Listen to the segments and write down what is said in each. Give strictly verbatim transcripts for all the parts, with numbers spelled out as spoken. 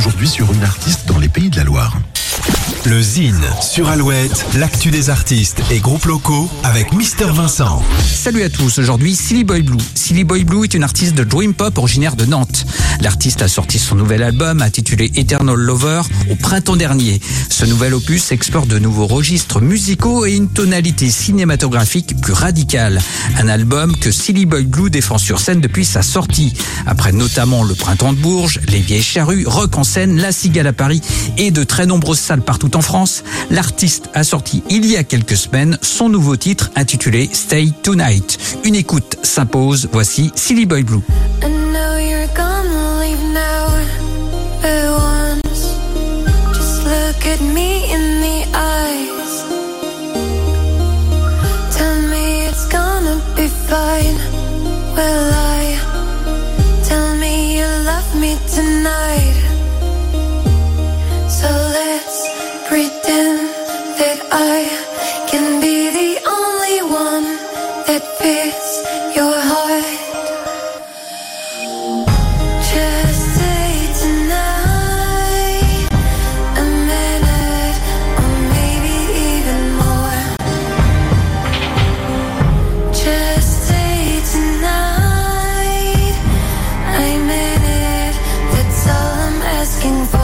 aujourd'hui sur une artiste dans les Pays de la Loire. Le Zine sur Alouette, l'actu des artistes et groupes locaux avec Mister Vincent. Salut à tous, aujourd'hui Silly Boy Blue. Silly Boy Blue est une artiste de Dream Pop originaire de Nantes. L'artiste a sorti son nouvel album intitulé Eternal Lover au printemps dernier. Ce nouvel opus explore de nouveaux registres musicaux et une tonalité cinématographique plus radicale. Un album que Silly Boy Blue défend sur scène depuis sa sortie. Après notamment le Printemps de Bourges, les Vieilles Charrues, Rock en scène, La Cigale à Paris et de très nombreuses salles partout en France, l'artiste a sorti il y a quelques semaines son nouveau titre intitulé Stay Tonight. Une écoute s'impose, voici Silly Boy Blue. I know you're gonna leave now, but once, just look at me in the eyes. Tell me it's gonna be fine. Will I? Tell me you love me tonight. So let's pretend that I can be the only one that fits your heart. Just say tonight, a minute or maybe even more. Just say tonight, I meant it, that's all I'm asking for.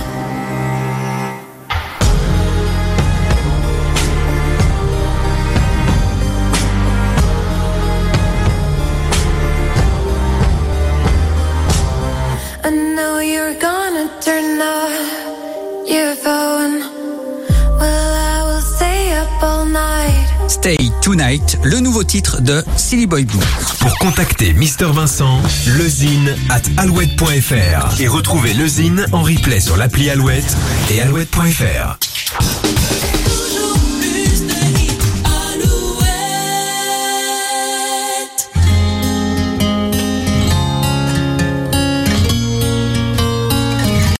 I know you're gonna turn off your phone. Well, I will stay up all night. Stay Tonight, le nouveau titre de Silly Boy Blue. Pour contacter Mister Vincent, lezine at alouette point fr et retrouver le Zine en replay sur l'appli Alouette et alouette point fr.